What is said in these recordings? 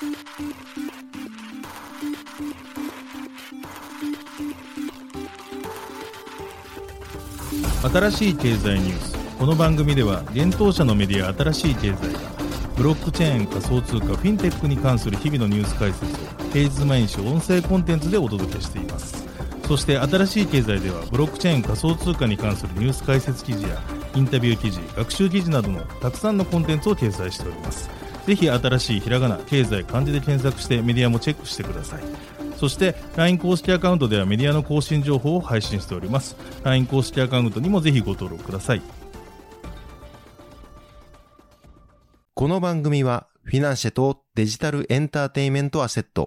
新しい経済ニュース。この番組では現当社のメディア新しい経済がブロックチェーン、仮想通貨、フィンテックに関する日々のニュース解説を平日毎日音声コンテンツでお届けしています。そして新しい経済ではブロックチェーン、仮想通貨に関するニュース解説記事やインタビュー記事、学習記事などのたくさんのコンテンツを掲載しております。ぜひ新しいひらがな、経済、漢字で検索してメディアもチェックしてください。そして LINE 公式アカウントではメディアの更新情報を配信しております。 LINE 公式アカウントにもぜひご登録ください。 この番組はフィナンシェとデジタルエンターテイメントアセット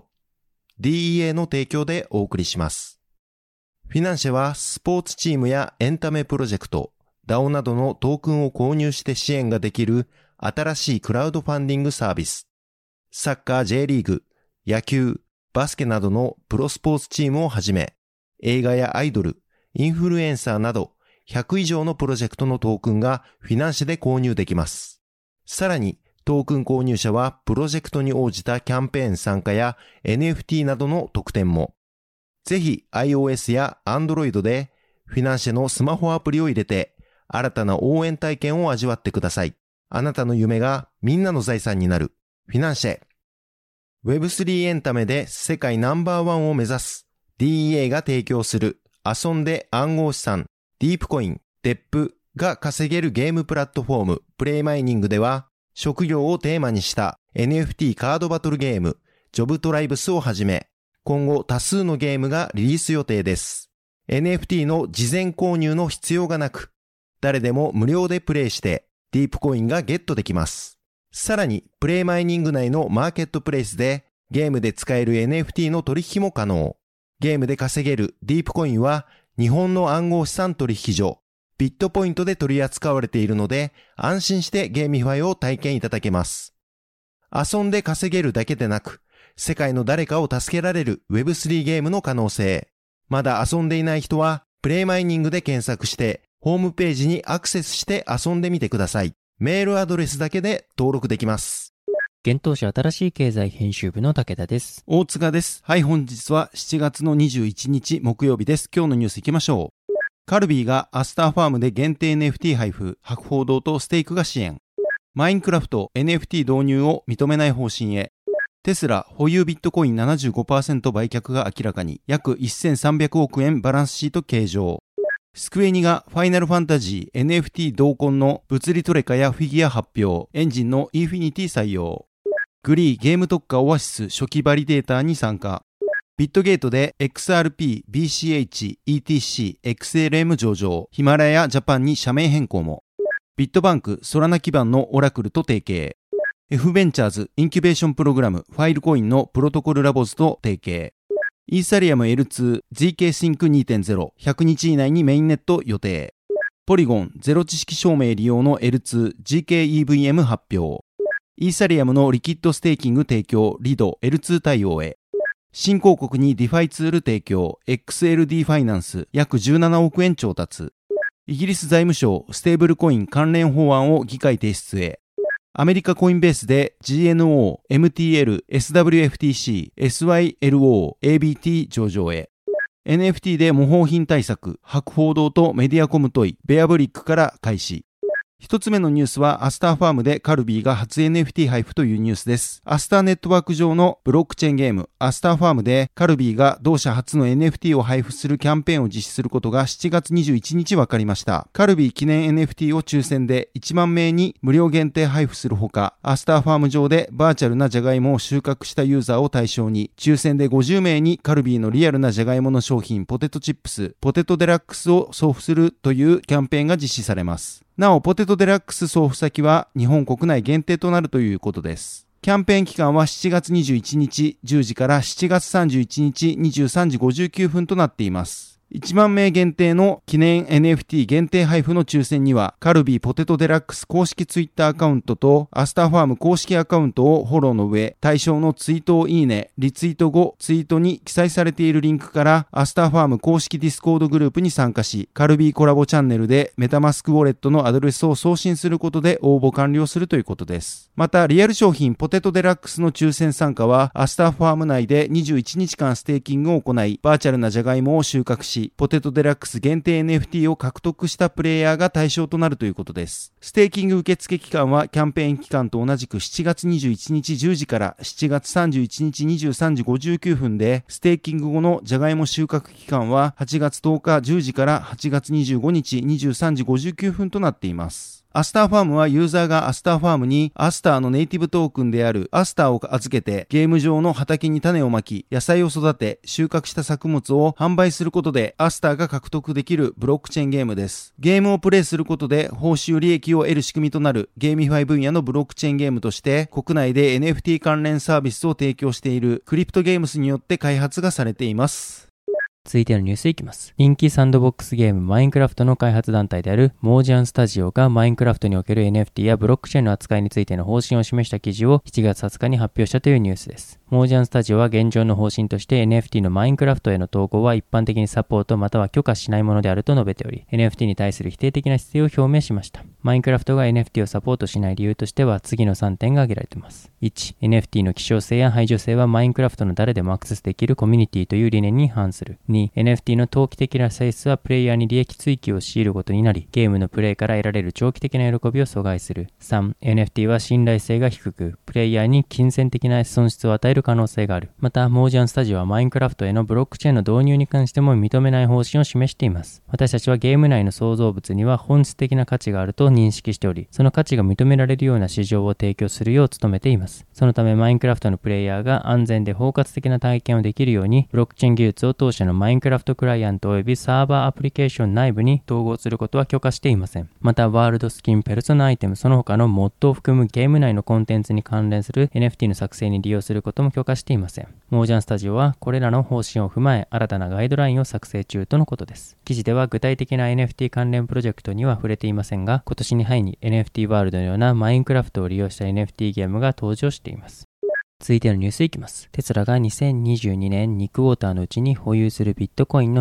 DEA の提供でお送りします。フィナンシェはスポーツチームやエンタメプロジェクト、DAO などのトークンを購入して支援ができる新しいクラウドファンディングサービス。サッカー J リーグ、野球、バスケなどのプロスポーツチームをはじめ、映画やアイドル、インフルエンサーなど100以上のプロジェクトのトークンがフィナンシェで購入できます。さらに、トークン購入者はプロジェクトに応じたキャンペーン参加や NFT などの特典も。ぜひ iOS や Android でフィナンシェのスマホアプリを入れて新たな応援体験を味わってください。あなたの夢がみんなの財産になる。フィナンシェ。Web3 エンタメで世界ナンバーワンを目指す DEA が提供する遊んで暗号資産、ディープコイン、DEP が稼げるゲームプラットフォームプレイマイニングでは職業をテーマにした NFT カードバトルゲームジョブトライブスをはじめ今後多数のゲームがリリース予定です。NFT の事前購入の必要がなく誰でも無料でプレイしてディープコインがゲットできます。さらにプレイマイニング内のマーケットプレイスでゲームで使える NFT の取引も可能。ゲームで稼げるディープコインは日本の暗号資産取引所ビットポイントで取り扱われているので安心してゲーミファイを体験いただけます。遊んで稼げるだけでなく世界の誰かを助けられる Web3 ゲームの可能性。まだ遊んでいない人はプレイマイニングで検索してホームページにアクセスして遊んでみてください。メールアドレスだけで登録できます。 現当社新しい経済編集部の武田です。 大塚です。はい、本日は7月の21日木曜日です。今日のニュース行きましょう。カルビーがアスターファームで限定 NFT 配布、博報堂とステークが支援。マインクラフト NFT 導入を認めない方針へ。テスラ保有ビットコイン 75% 売却が明らかに、約1300億円バランスシート計上。スクエニがファイナルファンタジー NFT 同梱の物理トレカやフィギュア発表。エンジンのインフィニティ採用。グリーゲーム特化オアシス初期バリデーターに参加。ビットゲートで XRP、BCH、ETC、XLM 上場。ヒマラヤジャパンに社名変更も。ビットバンク、ソラナ基盤のオラクルと提携。F ベンチャーズインキュベーションプログラムファイルコインのプロトコルラボズと提携。イーサリアム L2 ZK シンク 2.0 100日以内にメインネット予定。ポリゴンゼロ知識証明利用の L2 GK EVM 発表。イーサリアムのリキッドステーキング提供リド L2 対応へ。新興国にディファイツール提供 XLD ファイナンス約17億円調達。イギリス財務省ステーブルコイン関連法案を議会提出へ。アメリカコインベースで GNO、MTL、SWFTC、SYLO、ABT 上場へ。NFT で模倣品対策、博報堂とメディアコムトイ、ベアブリックから開始。一つ目のニュースはアスターファームでカルビーが初 NFT 配布というニュースです。アスターネットワーク上のブロックチェーンゲームアスターファームでカルビーが同社初の NFT を配布するキャンペーンを実施することが7月21日分かりました。カルビー記念 NFT を抽選で1万名に無料限定配布するほか、アスターファーム上でバーチャルなジャガイモを収穫したユーザーを対象に抽選で50名にカルビーのリアルなジャガイモの商品ポテトチップス、ポテトデラックスを送付するというキャンペーンが実施されます。なお、ポテトデラックス送付先は日本国内限定となるということです。キャンペーン期間は7月21日10時から7月31日23時59分となっています。 1万名限定の記念 NFT 限定配布の抽選には、カルビーポテトデラックス公式ツイッターアカウントとアスターファーム公式アカウントをフォローの上、対象のツイートをいいね、リツイート後、ツイートに記載されているリンクからアスターファーム公式ディスコードグループに参加し、カルビーコラボチャンネルでメタマスクウォレットのアドレスを送信することで応募完了するということです。また、リアル商品ポテトデラックスの抽選参加は、アスターファーム内で21日間ステーキングを行い、バーチャルなジャガイモを収穫し、ポテトデラックス限定 NFT を獲得したプレイヤーが対象となるということです。ステーキング受付期間はキャンペーン期間と同じく7月21日10時から7月31日23時59分で、ステーキング後のジャガイモ収穫期間は8月10日10時から8月25日23時59分となっています。アスターファームはユーザーがアスターファームにアスターのネイティブトークンであるアスターを預けてゲーム上の畑に種をまき野菜を育て収穫した作物を販売することでアスターが獲得できるブロックチェーンゲームです。ゲームをプレイすることで報酬利益を得る仕組みとなるゲーミファイ分野のブロックチェーンゲームとして国内で NFT 関連サービスを提供しているクリプトゲームスによって開発がされています。 続いてのニュースいきます。人気サンドボックスゲームマインクラフトの開発団体であるモージャンスタジオがマインクラフトにおける NFT やブロックチェーンの扱いについての方針を示した記事を7月20日に発表したというニュースです。モージャンスタジオは現状の方針として NFT のマインクラフトへの統合は一般的にサポートまたは許可しないものであると述べており、NFT に対する否定的な姿勢を表明しました。マインクラフトが NFT をサポートしない理由としては次の3点が挙げられています。1、NFT の希少性や排除性はマインクラフトの誰でもアクセスできるコミュニティという理念に反する。2、NFT の投機的な性質はプレイヤーに利益追求を強いることになり、ゲームのプレイから得られる長期的な喜びを阻害する。3、NFT は信頼性が低く、プレイヤーに金銭的な損失を与える可能性がある。また、モージャンスタジオはマインクラフトへのブロックチェーンの導入に関しても認めない方針を示しています。私たちはゲーム内の創造物には本質的な価値があると認識しており、その価値が認められるような市場を提供するよう努めています。そのため、マインクラフトのプレイヤーが安全で包括的な体験をできるように、ブロックチェーン技術を当社のマインクラフトクライアント及びサーバーアプリケーション内部に統合することは許可していません。また、ワールドスキン、ペルソナアイテム、その他のモッドを含むゲーム内のコンテンツに関連する NFT の作成に利用することも許可していません。モージャンスタジオはこれらの方針を踏まえ、新たなガイドラインを作成中とのことです。記事では具体的な NFT 関連プロジェクトには触れていませんが、今年に入り NFT ワールドのようなマインクラフトを利用した NFT ゲームが登場しています。続いてのニュースいきます。テスラが2022年2クォーターのうちに保有するビットコインの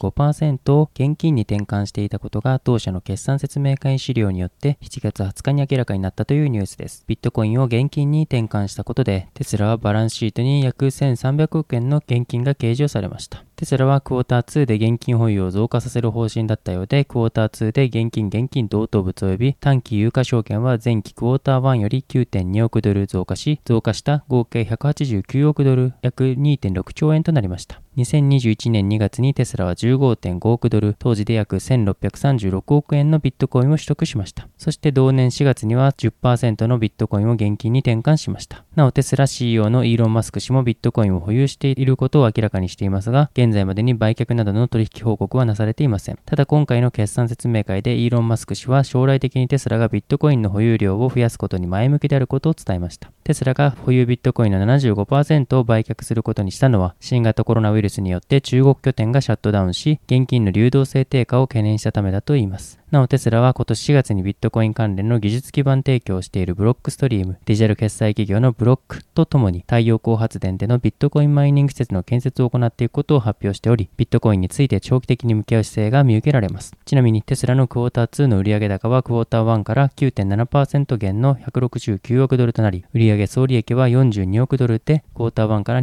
75% を現金に転換していたことが同社の決算説明会資料によって7月20日に明らかになったというニュースです。ビットコインを現金に転換したことで、テスラはバランスシートに約1300億円の現金が計上されました。テスラはクォーター2で現金保有を増加させる方針だったようで、クォーター2で現金同等物及び短期有価証券は前期クォーター1より 9.2 億ドル増加した合計189億ドル、約 2.6 兆円となりました。2021年2月にテスラは 15.5 億ドル、当時で約1636億円のビットコインを取得しました。そして同年4月には 10% のビットコインを現金に転換しました。なおテスラ CEO のイーロン・マスク氏もビットコインを保有していることを明らかにしていますが、現在までに売却などの取引報告はなされていません。ただ今回の決算説明会でイーロン・マスク氏は将来的にテスラがビットコインの保有量を増やすことに前向きであることを伝えました。テスラが保有ビットコインの 75% を売却することにしたのは、新型コロナウイルスによって中国拠点がシャットダウンし、現金の流動性低下を懸念したためだといいます。なおテスラは今年4月にビットコイン関連の技術基盤提供をしているブロックストリーム、デジタル決済企業のブロックとともに太陽光発電でのビットコインマイニング施設の建設を行っていくことを発表しており、ビットコインについて長期的に向き合う姿勢が見受けられます。ちなみにテスラのクォーター2の売上高はクォーター1から 9.7% 減の169億ドルとなり、売上総利益は42億ドルでクォーター1から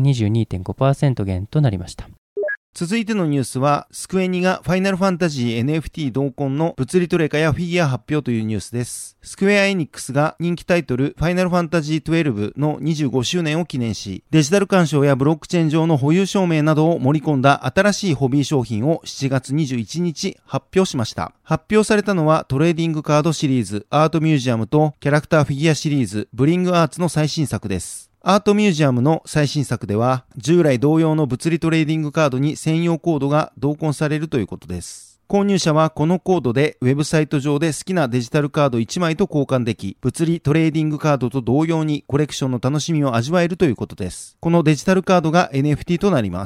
22.5% 減となりました。 続いてのニュースは、スクエニがファイナルファンタジー NFT 同梱の物理トレカやフィギュア発表というニュースです。スクエアエニックスが人気タイトルファイナルファンタジー12の25周年を記念し、デジタル鑑賞やブロックチェーン上の保有証明などを盛り込んだ新しいホビー商品を7月21日発表しました。発表されたのはトレーディングカードシリーズ、アートミュージアムとキャラクターフィギュアシリーズ、ブリングアーツの最新作です。アートミュージアムの最新作では、従来同様の物理トレーディングカードに専用コードが同梱されるということです。購入者はこのコードでウェブサイト上で好きなデジタルカード1枚と交換でき、物理トレーディングカードと同様にコレクションの楽しみを味わえるということです。このデジタルカードが NFT となります。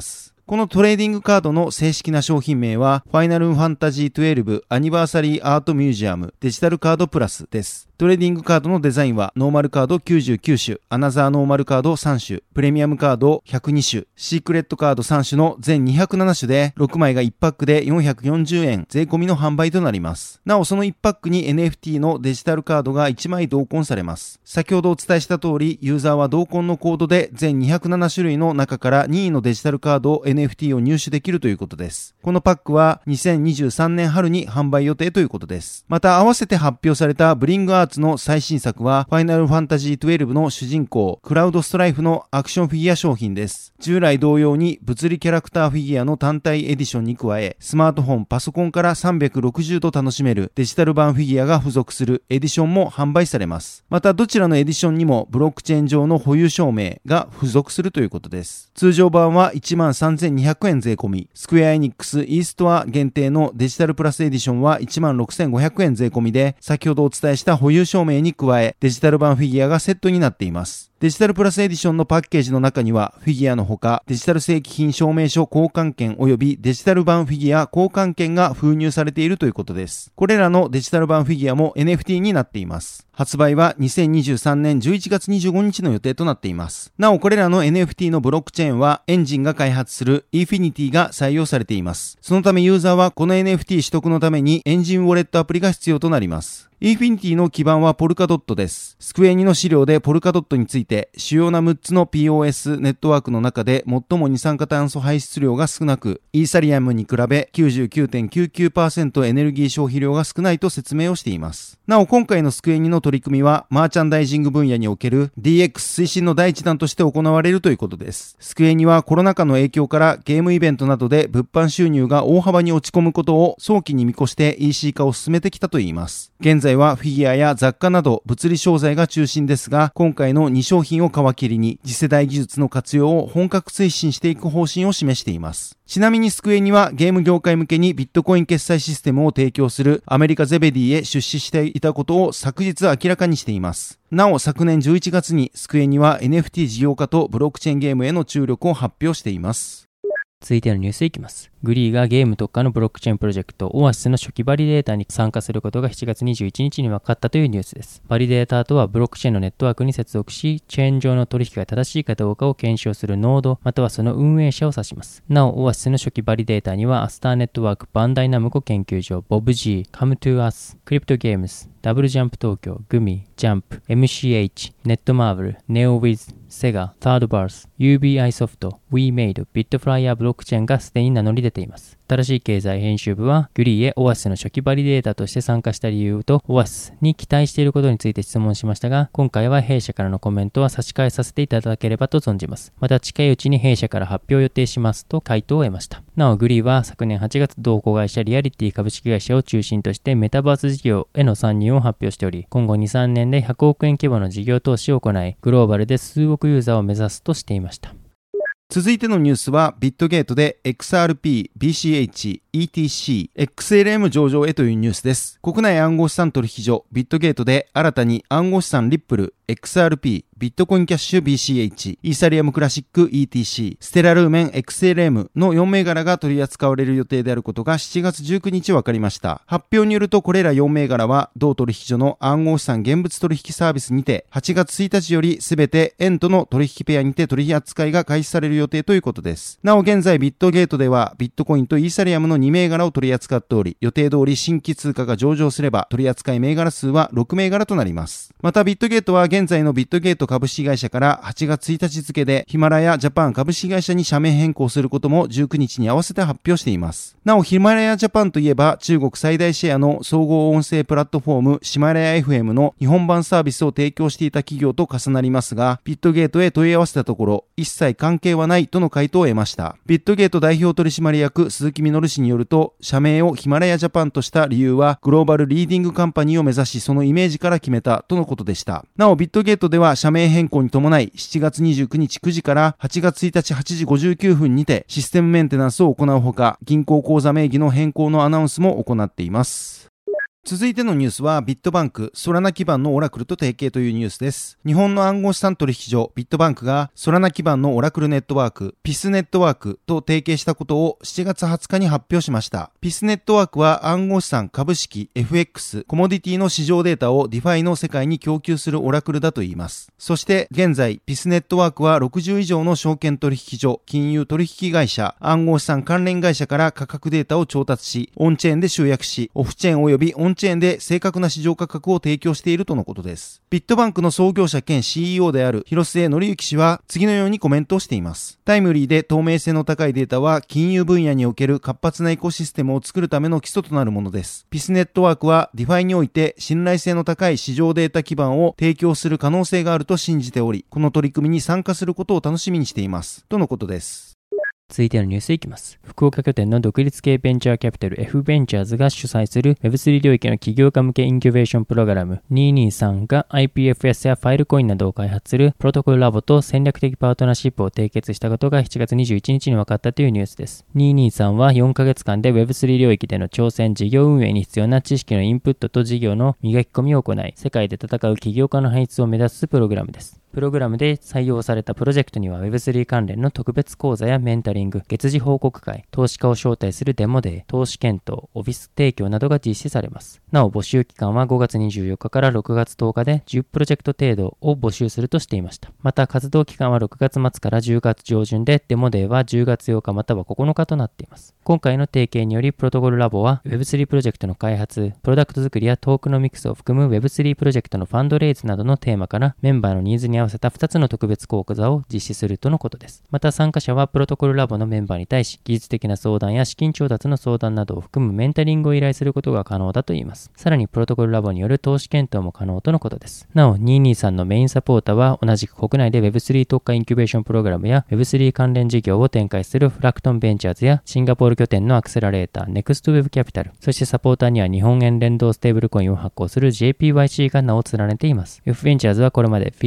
このトレーディングカードの正式な商品名は、ファイナルファンタジー12アニバーサリーアートミュージアムデジタルカードプラスです。トレーディングカードのデザインはノーマルカード99種、アナザーノーマルカード3種、プレミアムカード102種、シークレットカード3種の全207種で6枚が1パックで440円税込みの販売となります。なおその1パックに NFT のデジタルカードが1枚同梱されます。先ほどお伝えした通り、ユーザーは同梱のコードで全207種類の中から任意のデジタルカード NFT を入手できるということです。このパックは2023年春に販売予定ということです。また合わせて発表されたブリングアーツの最新作はファイナルファンタジー12の主人公クラウドストライフのアクションフィギュア商品です。従来同様に物理キャラクターフィギュアの単体エディションに加え、スマートフォン、パソコンから360度楽しめるデジタル版フィギュアが付属するエディションも販売されます。またどちらのエディションにもブロックチェーン上の保有証明が付属するということです。通常版は 13,200 円税込み、スクエアエニックスイーストア限定のデジタルプラスエディションは 16,500 円税込みで、先ほどお伝えした保有証明に加えデジタル版フィギュアがセットになっています。デジタルプラスエディションのパッケージの中にはフィギュアのほかデジタル正規品証明書交換券及びデジタル版フィギュア交換券が封入されているということです。これらのデジタル版フィギュアも NFT になっています。発売は2023年11月25日の予定となっています。なおこれらの NFT のブロックチェーンはエンジンが開発する Infinity が採用されています。そのためユーザーはこの NFT 取得のためにエンジンウォレットアプリが必要となります。インフィニティの基盤はポルカドットです。スクエニの資料でポルカドットについて、主要な6つの POS ネットワークの中で最も二酸化炭素排出量が少なく、イーサリアムに比べ 99.99% エネルギー消費量が少ないと説明をしています。なお今回のスクエニの取り組みは、マーチャンダイジング分野における DX 推進の第一弾として行われるということです。スクエニはコロナ禍の影響からゲームイベントなどで物販収入が大幅に落ち込むことを早期に見越して EC 化を進めてきたといいます。現在はフィギュアや雑貨など物理商材が中心ですが、今回の2商品を皮切りに次世代技術の活用を本格推進していく方針を示しています。ちなみにスクエニはゲーム業界向けにビットコイン決済システムを提供するアメリカゼベディへ出資していたことを昨日明らかにしています。なお昨年11月にスクエニは NFT 事業化とブロックチェーンゲームへの注力を発表しています。 続いてのニュースいきます。グリーがゲーム特化のブロックチェーンプロジェクトオアシスの初期バリデータに参加することが7月21日に分かったというニュースです。バリデータとはブロックチェーンのネットワークに接続し、チェーン上の取引が正しいかどうかを検証するノードまたはその運営者を指します。なお、オアシスの初期バリデータにはアスターネットワーク、バンダイナムコ研究所、ボブ G、カムトゥアス、クリプトゲームズ、ダブルジャンプ東京、グミ、ジャンプ、MCH、ネットマーブル、ネオウィズ、セガ、サードバース、UBI ソフト、WeMade、ビットフライヤーブロックチェーンがすでに名乗り出ています。新しい経済編集部はグリーへオアシスの初期バリデータとして参加した理由とオアシスに期待していることについて質問しましたが、今回は弊社からのコメントは差し替えさせていただければと存じます。また近いうちに弊社から発表を予定しますと回答を得ました。なおグリーは昨年8月同子会社リアリティ株式会社を中心としてメタバース事業への参入を発表しており、今後 2,3 年で100億円規模の事業投資を行い、グローバルで数億ユーザーを目指すとしていました。 続いてのニュースはビットゲートで XRP、BCH、ETC、XLM 上場へというニュースです。国内暗号資産取引所ビットゲートで新たに暗号資産リップル、XRP、ビットコインキャッシュ BCH、イーサリアムクラシック ETC、ステラルーメン XLM の4銘柄が取り扱われる予定であることが7月19日分かりました。発表によるとこれら4銘柄は同取引所の暗号資産現物取引サービスにて8月1日よりすべて円との取引ペアにて取り扱いが開始される予定ということです。なお現在ビットゲートではビットコインとイーサリアムの2銘柄を取り扱っており、予定通り新規通貨が上場すれば取り扱い銘柄数は6銘柄となります。またビットゲートは現在のビットゲート株式会社から8月1日付でヒマラヤジャパン株式会社に社名変更することも19日に合わせて発表しています。なおヒマラヤジャパンといえば中国最大シェアの総合音声プラットフォームヒマラヤ FM の日本版サービスを提供していた企業と重なりますが、ビットゲートへ問い合わせたところ一切関係はないとの回答を得ました。ビットゲート代表取締役鈴木実氏によると、社名をヒマラヤジャパンとした理由はグローバルリーディングカンパニーを目指しそのイメージから決めたとのことでした。なおビットゲートでは社名変更に伴い7月29日9時から8月1日8時59分にてシステムメンテナンスを行うほか、銀行口座名義の変更のアナウンスも行っています。 続いてのニュースはビットバンク、ソラナ基盤のオラクルと提携というニュースです。日本の暗号資産取引所ビットバンクがソラナ基盤のオラクルネットワーク、ピスネットワークと提携したことを7月20日に発表しました。ピスネットワークは暗号資産、株式、FX、コモディティの市場データを DeFi の世界に供給するオラクルだといいます。そして現在、ピスネットワークは60以上の証券取引所、金融取引会社、暗号資産関連会社から価格データを調達し、オンチェーンで集約し、オフチェーン及びオンチェーンで正確な市場価格を提供しているとのことです。ビットバンクの創業者兼 CEO である広末則之氏は次のようにコメントをしています。タイムリーで透明性の高いデータは金融分野における活発なエコシステムを作るための基礎となるものです。ピスネットワークは DeFi において信頼性の高い市場データ基盤を提供する可能性があると信じており、この取り組みに参加することを楽しみにしています。とのことです。 続いてのニュースいきます。福岡拠点の独立系ベンチャーキャピタル F ベンチャーズが主催する Web3 領域の起業家向けインキュベーションプログラム223が IPFS やファイルコインなどを開発するプロトコルラボと戦略的パートナーシップを締結したことが7月21日に分かったというニュースです。223は4ヶ月間で Web3 領域での挑戦、事業運営に必要な知識のインプットと事業の磨き込みを行い、世界で戦う起業家の輩出を目指すプログラムです。プログラムで採用されたプロジェクトには Web3 関連の特別講座やメンタリング、月次報告会、投資家を招待するデモデー、投資検討、オフィス提供などが実施されます。なお募集期間は5月24日から6月10日で10プロジェクト程度を募集するとしていました。また活動期間は6月末から10月上旬で、デモデーは10月8日または9日となっています。今回の提携によりプロトコルラボは Web3 プロジェクトの開発、プロダクト作りやトークノミクスを含む Web3 プロジェクトのファンドレイズなどのテーマからメンバーのニーズに合わせた2つの特別講座を実施するとのことです。また参加者はプロトコルラボのメンバーに対し技術的な相談や資金調達の相談などを含むメンタリングを依頼することが可能だといいます。さらにプロトコルラボによる投資検討も可能とのことです。なお223のメインサポーターは同じく国内で Web3 特化インキュベーションプログラムや Web3 関連事業を展開するフラクトンベンチャーズやシンガポール拠点のアクセラレーター NextWeb キャピタル、そしてサポーターには日本円連動ステーブルコインを発行する JPYC が名を連ねています。F ベンチャーズはこれまで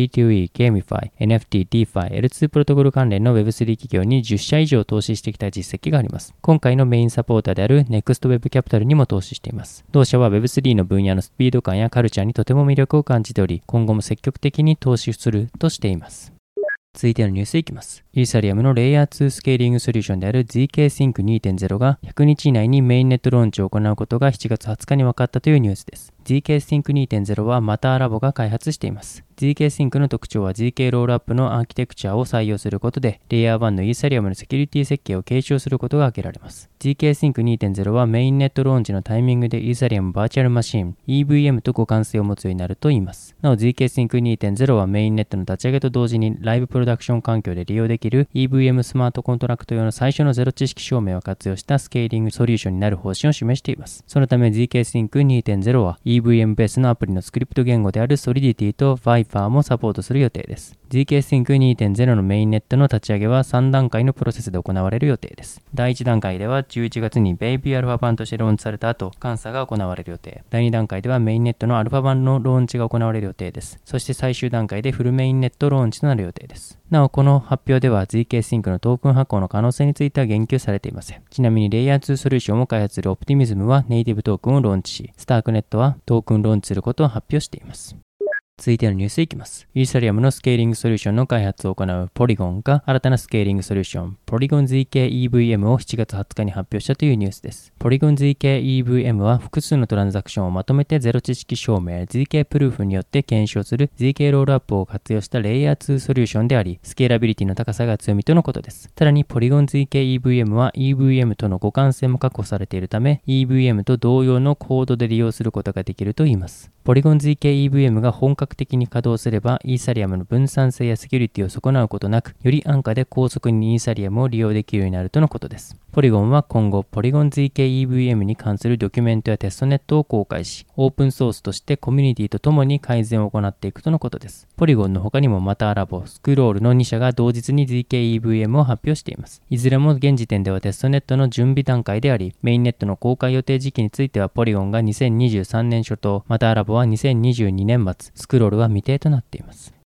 P2E、Gamify、NFT、DeFi、L2 プロトコル関連の Web3 企業に10社以上投資してきた実績があります。今回のメインサポーターである NextWeb キャピタルにも投資しています。同社は Web3 の分野のスピード感やカルチャーにとても魅力を感じており、今後も積極的に投資するとしています。続いてのニュースいきます。イーサリアムのレイヤー2スケーリングソリューションである ZK-Sync 2.0 が100日以内にメインネットローンチを行うことが7月20日に分かったというニュースです。ZK-Sync 2.0 はマターラボが開発しています。ZK-Sync の特徴は ZK ロールアップのアーキテクチャを採用することで、レイヤー1のイーサリアムのセキュリティ設計を継承することが挙げられます。ZK-Sync 2.0 はメインネットローンチのタイミングでイーサリアムバーチャルマシン EVM と互換性を持つようになるといいます。なお ZK-Sync 2.0 はメインネットの立ち上げと同時にライブプロダクション環境で利用できる EVM スマートコントラクト用の最初のゼロ知識証明を活用したスケーリングソリューションになる方針を示しています。そのため ZK-Sync 2.0 は EVM ベースのアプリのスクリプト言語である Solidity と Viper もサポートする予定です。ZK-Sync 2.0 のメインネットの立ち上げは3段階のプロセスで行われる予定です。第1段階では11月にベイビーアルファ版としてローンチされた後、監査が行われる予定。第2段階ではメインネットのアルファ版のローンチが行われる予定です。そして最終段階でフルメインネットローンチとなる予定です。なお、この発表では ZK-Sync のトークン発行の可能性については言及されていません。ちなみにレイヤー2ソリューションを開発するオプティミズムはネイティブトークンをローンチし、スタークネットはトークンローンチすることを発表しています。続いてのニュースいきます。イーサリアムのスケーリングソリューションの開発を行うポリゴンが新たなスケーリングソリューション、ポリゴン ZK EVM を7月20日に発表したというニュースです。ポリゴン ZK EVM は複数のトランザクションをまとめてゼロ知識証明 ZK プルーフによって検証する ZK ロールアップを活用したレイヤー2ソリューションであり、スケーラビリティの高さが強みとのことです。さらにポリゴン ZK EVM は EVM との互換性も確保されているため、EVM と同様のコードで利用することができるといいます。ポリゴン ZK EVM が本格的に稼働すれば、イーサリアムの分散性やセキュリティを損なうことなく、より安価で高速にイーサリアムを利用できるようになるとのことです。ポリゴンは今後、ポリゴン ZK EVM に関するドキュメントやテストネットを公開し、オープンソースとしてコミュニティとともに改善を行っていくとのことです。ポリゴンの他にもマターラボ、スクロールの2社が同日に ZK EVM を発表しています。いずれも現時点ではテストネットの準備段階であり、メインネットの公開予定時期についてはポリゴンが2023年初頭、マターラボは2022年末、スクロールは未定となっています。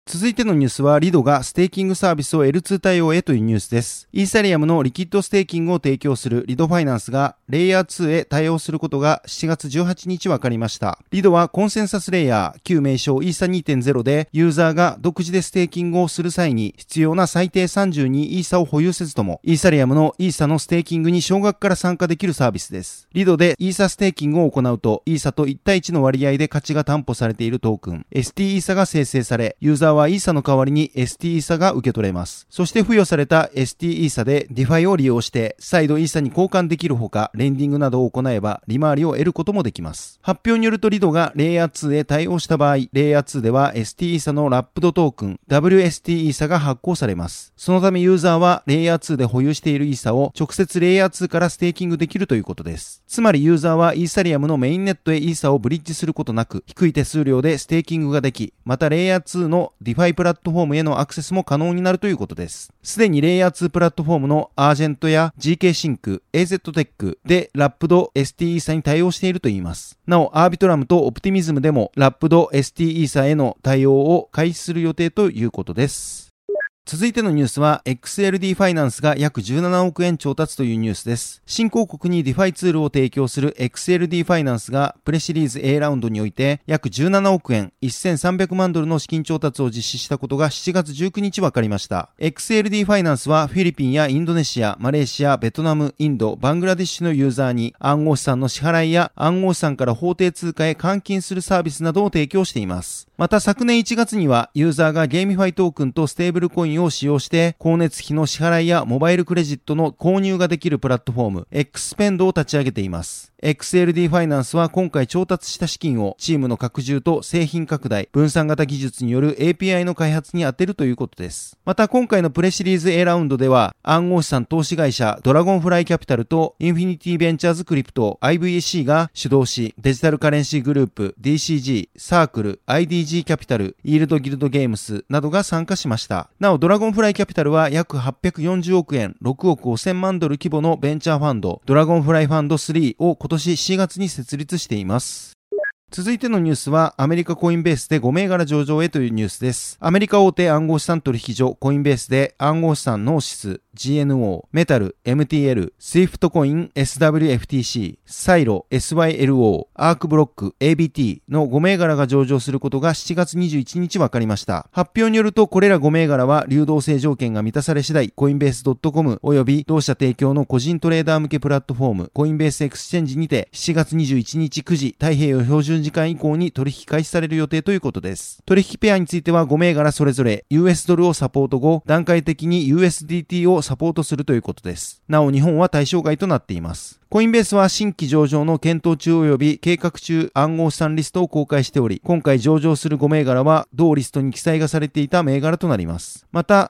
続いてのニュースは、リドがステーキングサービスを L2 対応へというニュースです。イーサリアムのリキッドステーキングを提供するリドファイナンスがレイヤー2へ対応することが7月18日分かりました。リドはコンセンサスレイヤー、旧名称イーサ 2.0 でユーザーが独自でステーキングをする際に必要な最低32イーサを保有せずとも、イーサリアムのイーサのステーキングに少額から参加できるサービスです。リドでイーサステーキングを行うと、イーサと1対1の割合で価値が担保されているトークン、ST イーサが生成され、ユーザーはイーサの代わりに ST イーサが受け取れます。そして付与された ST イーサで DeFi を利用して再度イーサに交換できるほか、レンディングなどを行えば利回りを得ることもできます。発表によると、リドがレイヤー2へ対応した場合、レイヤー2では ST イーサのラップドトークン WST イーサが発行されます。そのためユーザーはレイヤー2で保有しているイーサを直接レイヤー2からステーキングできるということです。つまりユーザーはイーサリアムのメインネットへイーサをブリッジすることなく、低い手数料でステーキングができ、またレイヤー2の DeFi プラットフォームへのアクセスも可能になるということです。すでにレイヤー2プラットフォームのアージェントや GK シンク、AZ テックでラップド ST イーサに対応しているといいます。なお、アービトラムとオプティミズムでもラップド ST イーサへの対応を開始する予定ということです。続いてのニュースは XLD ファイナンスが約17億円調達というニュースです。新興国に DeFi ツールを提供する XLD ファイナンスがプレシリーズ A ラウンドにおいて約17億円1300万ドルの資金調達を実施したことが7月19日分かりました。XLD ファイナンスはフィリピンやインドネシア、マレーシア、ベトナム、インド、バングラディッシュのユーザーに暗号資産の支払いや暗号資産から法定通貨へ換金するサービスなどを提供しています。また昨年1月にはユーザーがゲーミファイトークンとステーブルコインを使用して光熱費の支払いやモバイルクレジットの購入ができるプラットフォーム Xpend を立ち上げています。XLD ファイナンスは今回調達した資金をチームの拡充と製品拡大、分散型技術による API の開発に充てるということです。また今回のプレシリーズ A ラウンドでは暗号資産投資会社ドラゴンフライキャピタルとインフィニティベンチャーズクリプト IVC が主導し、デジタルカレンシーグループ DCG、サークル、IDG キャピタル、イールドギルドゲームスなどが参加しました。なおドラゴンフライキャピタルは約840億円6億5000万ドル規模のベンチャーファンドドラゴンフライファンド3を今年4月に設立しています。続いてのニュースはアメリカコインベースで5銘柄上場へというニュースです。アメリカ大手暗号資産取引所コインベースで暗号資産ノーシス、GNO、メタル、MTL、スイフトコイン、SWFTC、サイロ、SYLO、アークブロック、ABT の5銘柄が上場することが7月21日分かりました。発表によるとこれら5銘柄は流動性条件が満たされ次第、コインベース .com および同社提供の個人トレーダー向けプラットフォーム、コインベースエクスチェンジにて7月21日9時太平洋標準時間以降に取引開始される予定ということです。取引ペアについては5銘柄それぞれ US ドルをサポート後、段階的に USDT をサポートするということです。なお日本は対象外となっています。コインベースは新規上場の検討中及び計画中暗号資産リストを公開しており、今回上場する5銘柄は同リストに記載がされていた銘柄となります。また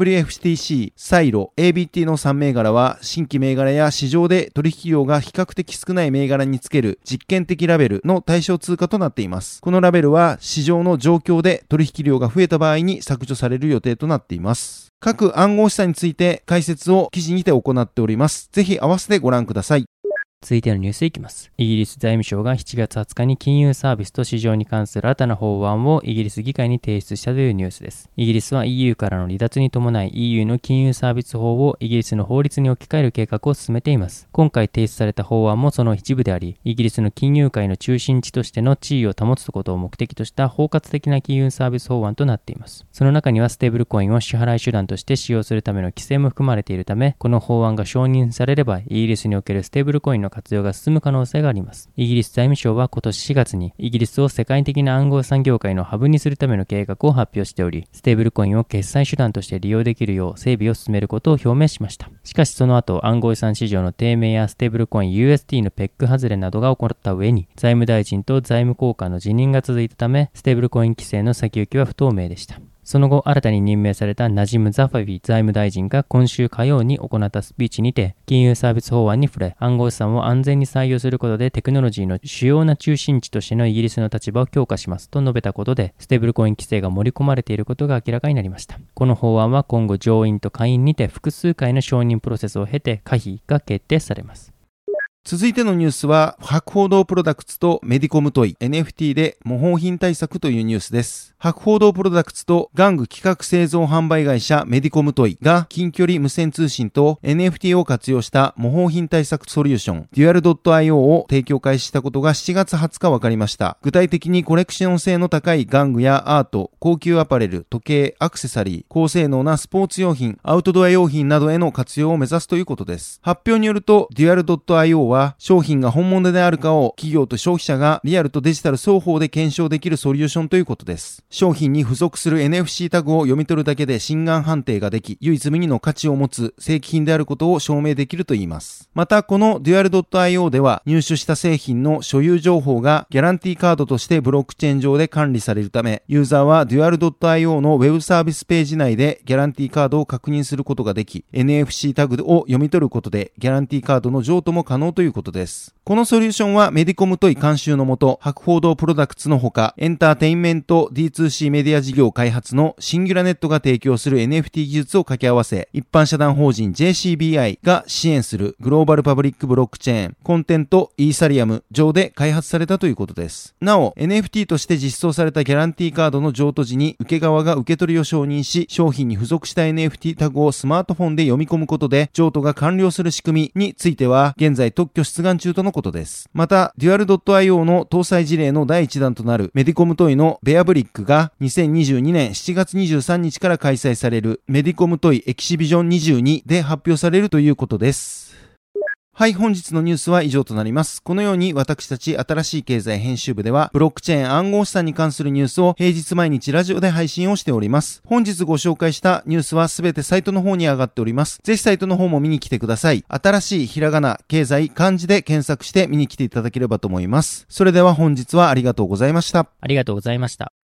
SWFTC、サイロ、ABT の3銘柄は新規銘柄や市場で取引量が比較的少ない銘柄につける実験的ラベルの対象通貨となっています。このラベルは市場の状況で取引量が増えた場合に削除される予定となっています。各暗号資産について解説を記事にて行っております。ぜひ合わせてご覧ください。 続いてのニュースいきます。イギリス財務省が7月20日に金融サービスと市場に関する新たな法案をイギリス議会に提出したというニュースです。イギリスは EU からの離脱に伴い EU の金融サービス法をイギリスの法律に置き換える計画を進めています。今回提出された法案もその一部であり、イギリスの金融界の中心地としての地位を保つことを目的とした包括的な金融サービス法案となっています。その中にはステーブルコインを支払い手段として使用するための規制も含まれているため、この法案が承認されればイギリスにおけるステーブルコインの活用が進む可能性があります。イギリス財務省は今年4月にイギリスを世界的な暗号資産業界のハブにするための計画を発表しており、ステーブルコインを決済手段として利用できるよう整備を進めることを表明しました。しかしその後、暗号資産市場の低迷やステーブルコイン UST のペック外れなどが起こった上に、財務大臣と財務高官の辞任が続いたため、ステーブルコイン規制の先行きは不透明でした。その後、新たに任命されたナジム・ザファビ財務大臣が今週火曜に行ったスピーチにて、金融サービス法案に触れ、暗号資産を安全に採用することでテクノロジーの主要な中心地としてのイギリスの立場を強化しますと述べたことで、ステーブルコイン規制が盛り込まれていることが明らかになりました。この法案は今後上院と下院にて複数回の承認プロセスを経て可否が決定されます。 続いてのニュースは、博報堂プロダクツとメディコムトイ NFT で模倣品対策というニュースです。博報堂プロダクツと玩具企画製造販売会社メディコムトイが近距離無線通信と NFT を活用した模倣品対策ソリューション Dual.io を提供開始したことが7月20日分かりました。具体的にコレクション性の高い玩具やアート、高級アパレル、時計、アクセサリー、高性能なスポーツ用品、アウトドア用品などへの活用を目指すということです。発表によると Dual.io は商品が本物であるかを企業と消費者がリアルとデジタル双方で検証できるソリューションということです。商品に付属する NFC タグを読み取るだけで真贋判定ができ、唯一無二の価値を持つ正規品であることを証明できるといいます。また、この Dual.io では入手した製品の所有情報がギャランティーカードとしてブロックチェーン上で管理されるため、ユーザーは Dual.io のウェブサービスページ内でギャランティーカードを確認することができ、NFC タグを読み取ることでギャランティーカードの譲渡も可能ということです。このソリューションはメディコムトイ監修のもと、博報堂プロダクツのほか、エンターテインメント D2C メディア事業開発のシンギュラネットが提供する NFT 技術を掛け合わせ、一般社団法人 JCBI が支援するグローバルパブリックブロックチェーン、コンテントイーサリアム上で開発されたということです。なお、NFT として実装されたギャランティーカードの譲渡時に、受け側が受け取りを承認し、商品に付属した NFT タグをスマートフォンで読み込むことで、譲渡が完了する仕組みについては、現在特許出願中とのことです。また、Dual.io の搭載事例の第1弾となるメディコムトイのベアブリックが2022年7月23日から開催されるメディコムトイエキシビジョン22で発表されるということです。はい、本日のニュースは以上となります。このように私たち新しい経済編集部ではブロックチェーン暗号資産に関するニュースを平日毎日ラジオで配信をしております。本日ご紹介したニュースはすべてサイトの方に上がっております。ぜひサイトの方も見に来てください。新しいひらがな、経済、漢字で検索して見に来ていただければと思います。それでは本日はありがとうございました。 ありがとうございました。